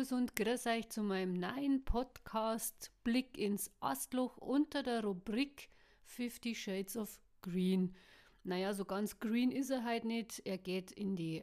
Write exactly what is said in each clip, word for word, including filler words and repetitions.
Servus und grüß euch zu meinem neuen Podcast Blick ins Astloch unter der Rubrik Fifty Shades of Green. Naja, so ganz green ist er halt nicht. Er geht in die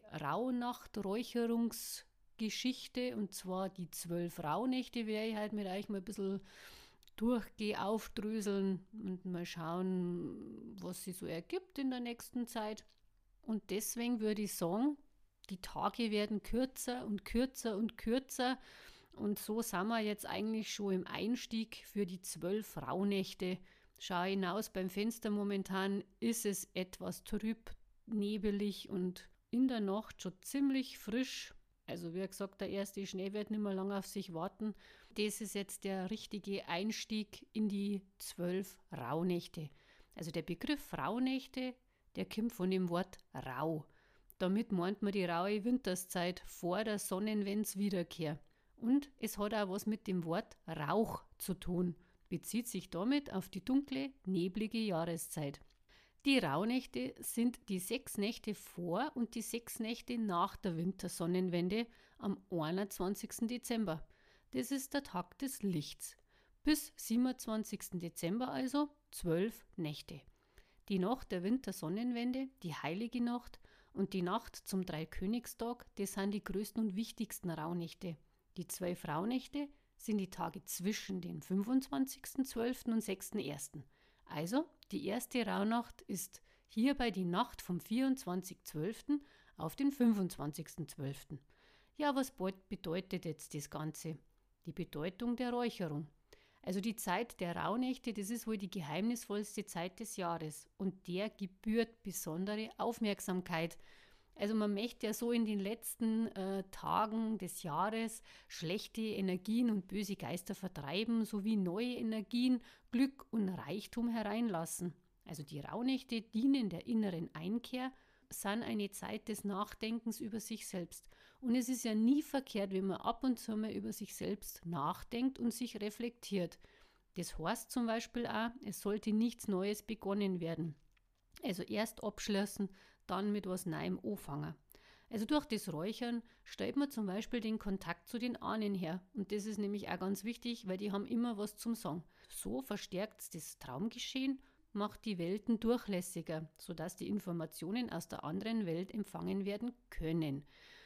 Rauhnacht-Räucherungsgeschichte und zwar die zwölf Rauhnächte werde ich halt mit euch mal ein bisschen durchgehen, aufdröseln und mal schauen, was sich so ergibt in der nächsten Zeit. Und deswegen würde ich sagen, die Tage werden kürzer und kürzer und kürzer und so sind wir jetzt eigentlich schon im Einstieg für die zwölf Rauhnächte. Schau hinaus beim Fenster, momentan ist es etwas trüb, nebelig und in der Nacht schon ziemlich frisch. Also wie gesagt, der erste Schnee wird nicht mehr lange auf sich warten. Das ist jetzt der richtige Einstieg in die zwölf Rauhnächte. Also der Begriff Rauhnächte, der kommt von dem Wort rau. Damit meint man die raue Winterszeit vor der Sonnenwendswiederkehr. Und es hat auch was mit dem Wort Rauch zu tun, bezieht sich damit auf die dunkle, neblige Jahreszeit. Die Rauhnächte sind die sechs Nächte vor und die sechs Nächte nach der Wintersonnenwende am einundzwanzigsten Dezember. Das ist der Tag des Lichts. Bis siebenundzwanzigsten Dezember also zwölf Nächte. Die Nacht der Wintersonnenwende, die Heilige Nacht und die Nacht zum Dreikönigstag, das sind die größten und wichtigsten Rauhnächte. Die zwölf Rauhnächte sind die Tage zwischen den fünfundzwanzigsten zwölften und sechsten ersten Also, die erste Rauhnacht ist hierbei die Nacht vom vierundzwanzigsten zwölften auf den fünfundzwanzigsten zwölften Ja, was bedeutet jetzt das Ganze? Die Bedeutung der Räucherung. Also die Zeit der Rauhnächte, das ist wohl die geheimnisvollste Zeit des Jahres und der gebührt besondere Aufmerksamkeit. Also man möchte ja so in den letzten äh, Tagen des Jahres schlechte Energien und böse Geister vertreiben, sowie neue Energien, Glück und Reichtum hereinlassen. Also die Rauhnächte dienen der inneren Einkehr, sind eine Zeit des Nachdenkens über sich selbst. Und es ist ja nie verkehrt, wenn man ab und zu mal über sich selbst nachdenkt und sich reflektiert. Das heißt zum Beispiel auch, es sollte nichts Neues begonnen werden. Also erst abschließen, dann mit was Neuem anfangen. Also durch das Räuchern stellt man zum Beispiel den Kontakt zu den Ahnen her. Und das ist nämlich auch ganz wichtig, weil die haben immer was zum Sagen. So verstärkt es das Traumgeschehen, macht die Welten durchlässiger, sodass die Informationen aus der anderen Welt empfangen werden können.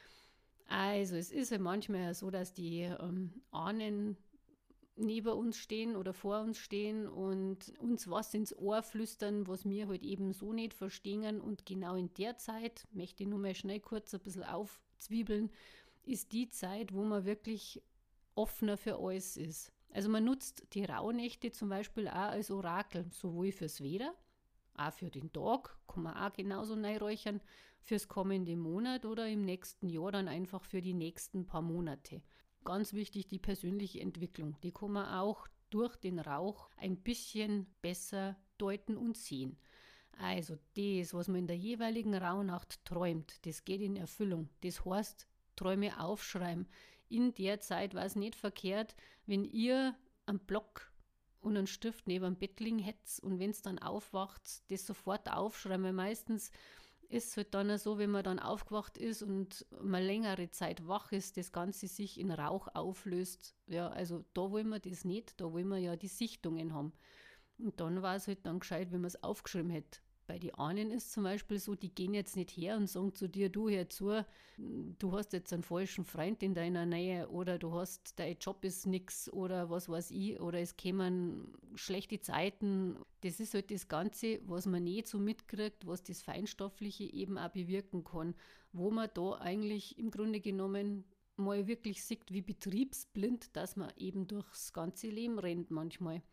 Also es ist ja manchmal so, dass die ähm, Ahnen neben uns stehen oder vor uns stehen und uns was ins Ohr flüstern, was wir halt eben so nicht verstehen. Und genau in der Zeit, möchte ich nur mal schnell kurz ein bisschen aufzwiebeln, ist die Zeit, wo man wirklich offener für alles ist. Also man nutzt die Rauhnächte zum Beispiel auch als Orakel, sowohl fürs Wetter, auch für den Tag, kann man auch genauso neu räuchern, fürs kommende Monat oder im nächsten Jahr dann einfach für die nächsten paar Monate. Ganz wichtig, die persönliche Entwicklung, die kann man auch durch den Rauch ein bisschen besser deuten und sehen. Also das, was man in der jeweiligen Rauhnacht träumt, das geht in Erfüllung. Das heißt, Träume aufschreiben. In der Zeit war es nicht verkehrt, wenn ihr einen Block und einen Stift neben dem Bett liegen hättet und wenn es dann aufwacht, das sofort aufschreiben, weil meistens ist es halt dann so, wenn man dann aufgewacht ist und mal längere Zeit wach ist, das Ganze sich in Rauch auflöst. Ja, also da wollen wir das nicht, da wollen wir ja die Sichtungen haben. Und dann war es halt dann gescheit, wenn man es aufgeschrieben hätte. Bei den Ahnen ist zum Beispiel so, die gehen jetzt nicht her und sagen zu dir, du hör zu, du hast jetzt einen falschen Freund in deiner Nähe oder du hast, dein Job ist nix oder was weiß ich oder es kämen schlechte Zeiten. Das ist halt das Ganze, was man nicht so mitkriegt, was das Feinstoffliche eben auch bewirken kann, wo man da eigentlich im Grunde genommen mal wirklich sieht, wie betriebsblind, dass man eben durchs ganze Leben rennt manchmal.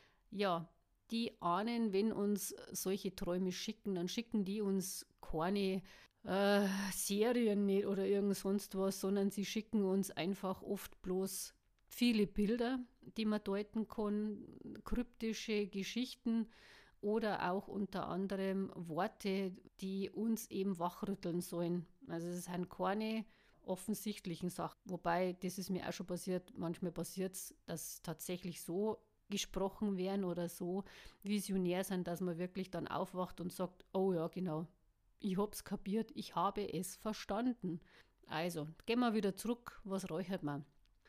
Ja, die Ahnen, wenn uns solche Träume schicken, dann schicken die uns keine äh, Serien nicht oder irgend sonst was, sondern sie schicken uns einfach oft bloß viele Bilder, die man deuten kann, kryptische Geschichten oder auch unter anderem Worte, die uns eben wachrütteln sollen. Also es sind keine offensichtlichen Sachen. Wobei, das ist mir auch schon passiert, manchmal passiert es, dass tatsächlich so gesprochen werden oder so visionär sind, dass man wirklich dann aufwacht und sagt, oh ja, genau, ich hab's kapiert, ich habe es verstanden. Also, gehen wir wieder zurück, was räuchert man?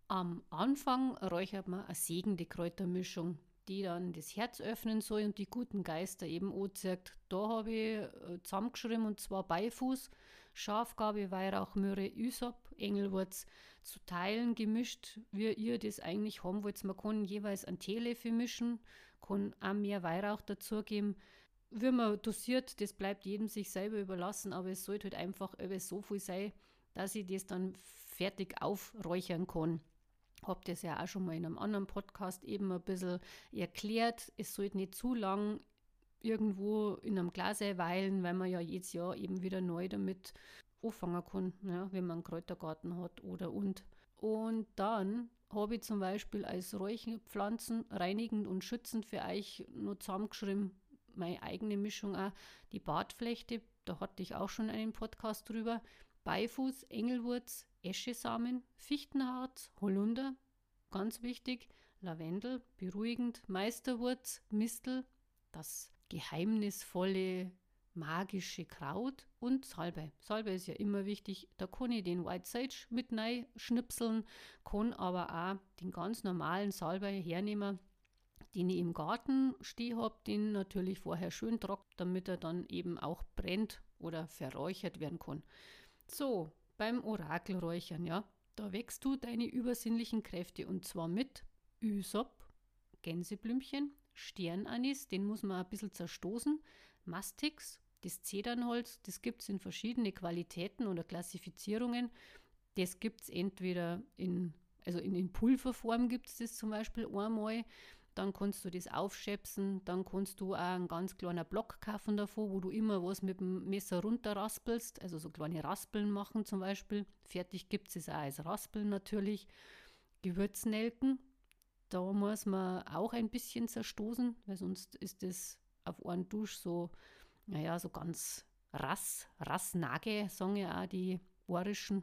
Am Anfang räuchert man eine segende Kräutermischung, die dann das Herz öffnen soll und die guten Geister eben anzieht. Da habe ich äh, zusammengeschrieben, und zwar Beifuß, Schafgarbe, Weihrauch, Myrrhe, Ysop, Engelwurz zu Teilen gemischt, wie ihr das eigentlich haben wollt. Man kann jeweils einen Teelöffel mischen, kann auch mehr Weihrauch dazugeben. Wie man dosiert, das bleibt jedem sich selber überlassen, aber es sollte halt einfach so viel sein, dass ich das dann fertig aufräuchern kann. Habe das ja auch schon mal in einem anderen Podcast eben ein bisschen erklärt. Es sollte nicht zu lang irgendwo in einem Glas weilen, weil man ja jedes Jahr eben wieder neu damit anfangen kann, ja, wenn man einen Kräutergarten hat oder und. Und dann habe ich zum Beispiel als Räucherpflanzen reinigend und schützend für euch noch zusammengeschrieben, meine eigene Mischung auch, die Bartflechte, da hatte ich auch schon einen Podcast drüber, Beifuß, Engelwurz, Eschesamen, Fichtenharz, Holunder, ganz wichtig, Lavendel, beruhigend, Meisterwurz, Mistel, das geheimnisvolle, magische Kraut und Salbei. Salbei ist ja immer wichtig, da kann ich den White Sage mit rein schnipseln, kann aber auch den ganz normalen Salbei hernehmen, den ich im Garten stehen habe, den natürlich vorher schön trocknen, damit er dann eben auch brennt oder verräuchert werden kann. So, beim Orakelräuchern, ja, da wächst du deine übersinnlichen Kräfte, und zwar mit Ysop, Gänseblümchen, Sternanis, den muss man ein bisschen zerstoßen, Mastix, das Zedernholz, das gibt es in verschiedene Qualitäten oder Klassifizierungen. Das gibt es entweder in, also in, in Pulverform gibt es das zum Beispiel einmal, dann kannst du das aufschäpsen, dann kannst du auch einen ganz kleinen Block kaufen davon, wo du immer was mit dem Messer runterraspelst, also so kleine Raspeln machen zum Beispiel. Fertig gibt es auch als Raspeln natürlich. Gewürznelken, da muss man auch ein bisschen zerstoßen, weil sonst ist das auf einen Dusch so, naja, so ganz rass, rassnage, sagen ja auch die Ohrischen.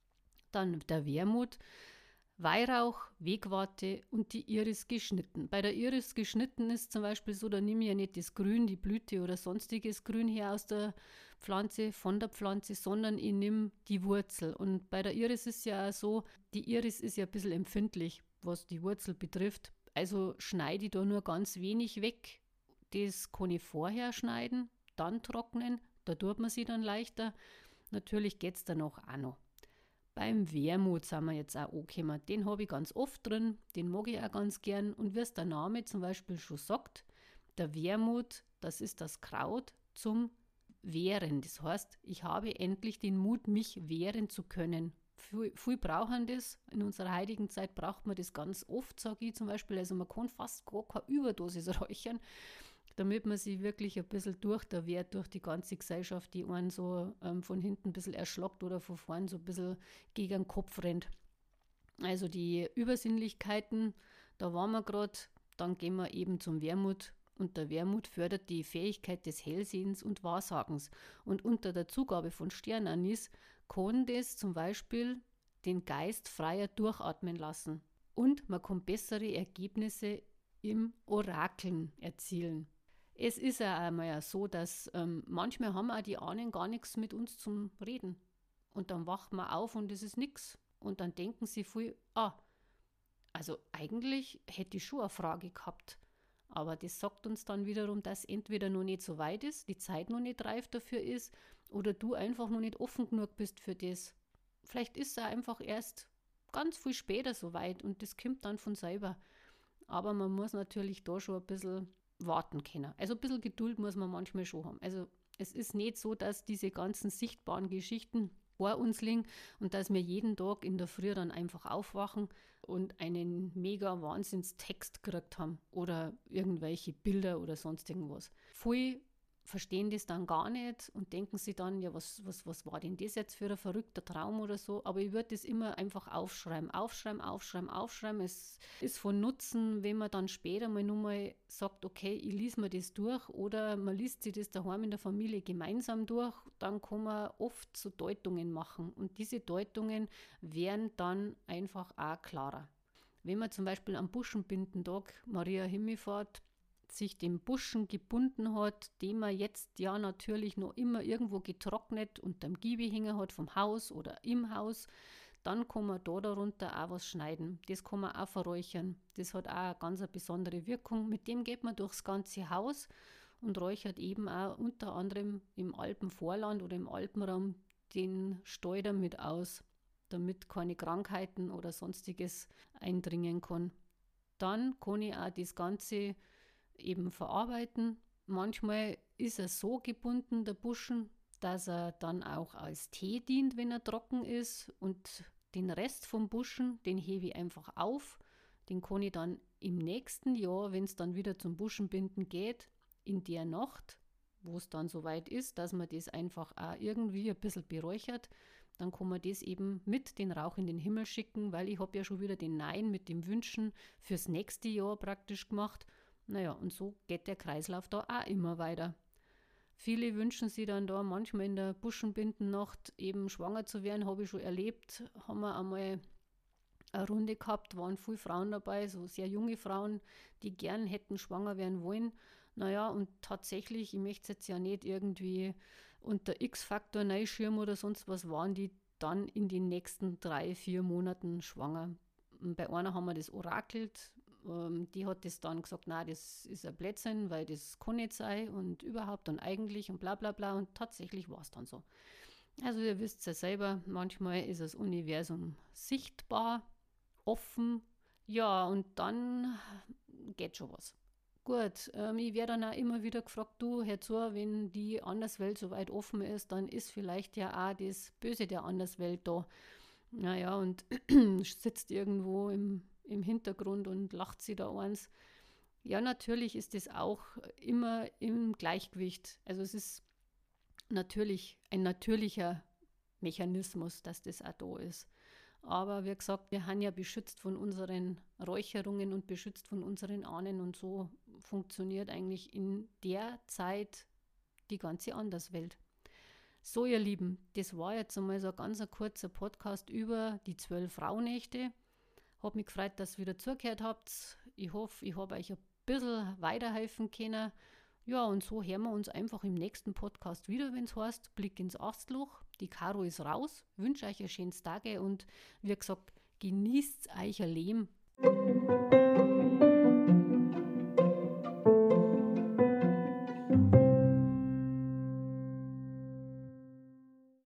Dann der Wermut, Weihrauch, Wegwarte und die Iris geschnitten. Bei der Iris geschnitten ist zum Beispiel so, da nehme ich ja nicht das Grün, die Blüte oder sonstiges Grün her aus der Pflanze, von der Pflanze, sondern ich nehme die Wurzel. Und bei der Iris ist ja auch so, die Iris ist ja ein bisschen empfindlich, was die Wurzel betrifft. Also schneide ich da nur ganz wenig weg. Das kann ich vorher schneiden, dann trocknen, da tut man sie dann leichter. Natürlich geht es dann auch noch. Beim Wermut sind wir jetzt auch angekommen. Den habe ich ganz oft drin, den mag ich auch ganz gern. Und wie es der Name zum Beispiel schon sagt, der Wermut, das ist das Kraut zum Wehren. Das heißt, ich habe endlich den Mut, mich wehren zu können. Viel, viel brauchen das. In unserer heutigen Zeit braucht man das ganz oft, sage ich zum Beispiel. Also man kann fast gar keine Überdosis räuchern, damit man sich wirklich ein bisschen durch der Wehrt, durch die ganze Gesellschaft, die einen so ähm, von hinten ein bisschen erschlockt oder von vorn so ein bisschen gegen den Kopf rennt. Also die Übersinnlichkeiten, da waren wir gerade, dann gehen wir eben zum Wermut. Und der Wermut fördert die Fähigkeit des Hellsehens und Wahrsagens. Und unter der Zugabe von Sternanis kann das zum Beispiel den Geist freier durchatmen lassen. Und man kann bessere Ergebnisse im Orakeln erzielen. Es ist ja einmal so, dass ähm, manchmal haben auch die Ahnen gar nichts mit uns zum Reden. Und dann wacht man auf und es ist nichts. Und dann denken sie viel, ah, also eigentlich hätte ich schon eine Frage gehabt. Aber das sagt uns dann wiederum, dass entweder noch nicht so weit ist, die Zeit noch nicht reif dafür ist, oder du einfach noch nicht offen genug bist für das. Vielleicht ist es einfach erst ganz viel später so weit und das kommt dann von selber. Aber man muss natürlich da schon ein bisschen warten können. Also ein bisschen Geduld muss man manchmal schon haben. Also es ist nicht so, dass diese ganzen sichtbaren Geschichten vor uns liegen und dass wir jeden Tag in der Früh dann einfach aufwachen und einen mega Wahnsinnstext gekriegt haben oder irgendwelche Bilder oder sonst irgendwas. Viele verstehen das dann gar nicht und denken sich dann, ja, was, was, was war denn das jetzt für ein verrückter Traum oder so, aber ich würde das immer einfach aufschreiben, aufschreiben, aufschreiben, aufschreiben. Es ist von Nutzen, wenn man dann später mal nur mal sagt, okay, ich lese mir das durch oder man liest sich das daheim in der Familie gemeinsam durch, dann kann man oft so Deutungen machen und diese Deutungen werden dann einfach auch klarer. Wenn man zum Beispiel am Buschenbindentag, Maria Himmelfahrt, sich dem Buschen gebunden hat, den man jetzt ja natürlich noch immer irgendwo getrocknet und am Giebel hängen hat vom Haus oder im Haus, dann kann man da darunter auch was schneiden. Das kann man auch verräuchern. Das hat auch eine ganz eine besondere Wirkung. Mit dem geht man durchs ganze Haus und räuchert eben auch unter anderem im Alpenvorland oder im Alpenraum den Stall damit aus, damit keine Krankheiten oder sonstiges eindringen kann. Dann kann ich auch das Ganze eben verarbeiten. Manchmal ist er so gebunden, der Buschen, dass er dann auch als Tee dient, wenn er trocken ist. Und den Rest vom Buschen, den hebe ich einfach auf. Den kann ich dann im nächsten Jahr, wenn es dann wieder zum Buschenbinden geht, in der Nacht, wo es dann soweit ist, dass man das einfach auch irgendwie ein bisschen beräuchert, dann kann man das eben mit den Rauch in den Himmel schicken, weil ich habe ja schon wieder den Nein mit dem Wünschen fürs nächste Jahr praktisch gemacht. Naja, und so geht der Kreislauf da auch immer weiter. Viele wünschen sich dann da manchmal in der Buschenbindennacht eben schwanger zu werden, habe ich schon erlebt. Haben wir einmal eine Runde gehabt, waren viele Frauen dabei, so sehr junge Frauen, die gern hätten schwanger werden wollen. Naja, und tatsächlich, ich möchte es jetzt ja nicht irgendwie unter X-Faktor reinschirmen oder sonst was, waren die dann in den nächsten drei, vier Monaten schwanger. Und bei einer haben wir das orakelt, ähm, die hat das dann gesagt, na, das ist ein Blödsinn, weil das kann nicht sein und überhaupt und eigentlich und bla bla bla und tatsächlich war es dann so. Also ihr wisst ja selber, manchmal ist das Universum sichtbar, offen, ja, und dann geht schon was. Gut, ähm, ich werde dann auch immer wieder gefragt, du, hör zu, wenn die Anderswelt so weit offen ist, dann ist vielleicht ja auch das Böse der Anderswelt da. Naja, und sitzt irgendwo im, im Hintergrund und lacht sie da eins. Ja, natürlich ist das auch immer im Gleichgewicht. Also es ist natürlich ein natürlicher Mechanismus, dass das auch da ist. Aber wie gesagt, wir haben ja beschützt von unseren Räucherungen und beschützt von unseren Ahnen und so funktioniert eigentlich in der Zeit die ganze Anderswelt. So, ihr Lieben, das war jetzt einmal so ein ganz ein kurzer Podcast über die zwölf Rauhnächte. Hat mich gefreut, dass ihr wieder zugehört habt. Ich hoffe, ich habe euch ein bisschen weiterhelfen können. Ja, und so hören wir uns einfach im nächsten Podcast wieder, wenn es heißt, Blick ins Astloch. Die Caro ist raus, wünsche euch ein schönes Tage und wie gesagt, genießt euch ein Leben.